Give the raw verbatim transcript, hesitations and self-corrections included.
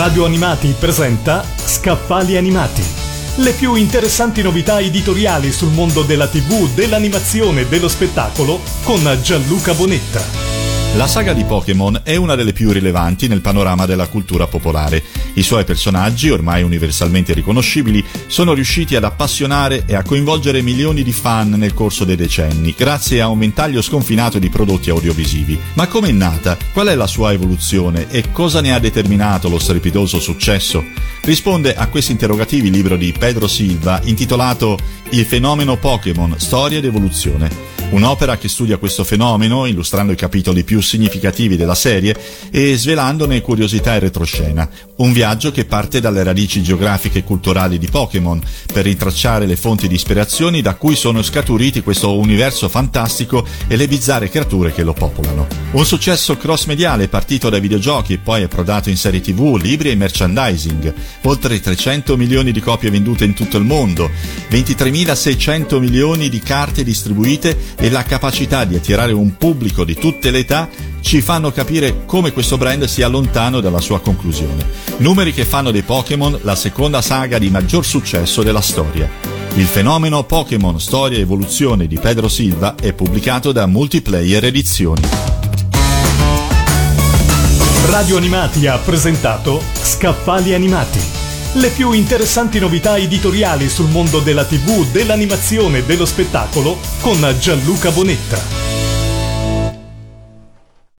Radio Animati presenta Scaffali Animati. Le più interessanti novità editoriali sul mondo della tivù, dell'animazione e dello spettacolo con Gianluca Bonetta. La saga di Pokémon è una delle più rilevanti nel panorama della cultura popolare. I suoi personaggi, ormai universalmente riconoscibili, sono riusciti ad appassionare e a coinvolgere milioni di fan nel corso dei decenni, grazie a un ventaglio sconfinato di prodotti audiovisivi. Ma come è nata? Qual è la sua evoluzione e cosa ne ha determinato lo strepitoso successo? Risponde a questi interrogativi il libro di Pedro Silva intitolato Il fenomeno Pokémon, storia ed evoluzione. Un'opera che studia questo fenomeno, illustrando i capitoli più significativi della serie e svelandone curiosità e retroscena. Un viaggio che parte dalle radici geografiche e culturali di Pokémon, per rintracciare le fonti di ispirazioni da cui sono scaturiti questo universo fantastico e le bizzarre creature che lo popolano. Un successo cross-mediale partito dai videogiochi e poi approdato in serie tivù, libri e merchandising. Oltre trecento milioni di copie vendute in tutto il mondo, ventitremilaseicento milioni di carte distribuite e la capacità di attirare un pubblico di tutte le età ci fanno capire come questo brand sia lontano dalla sua conclusione. Numeri che fanno dei Pokémon la seconda saga di maggior successo della storia. Il fenomeno Pokémon, storia e evoluzione di Pedro Silva è pubblicato da Multiplayer Edizioni. Radio Animati ha presentato Scaffali Animati. Le più interessanti novità editoriali sul mondo della tivù, dell'animazione e dello spettacolo con Gianluca Bonetta.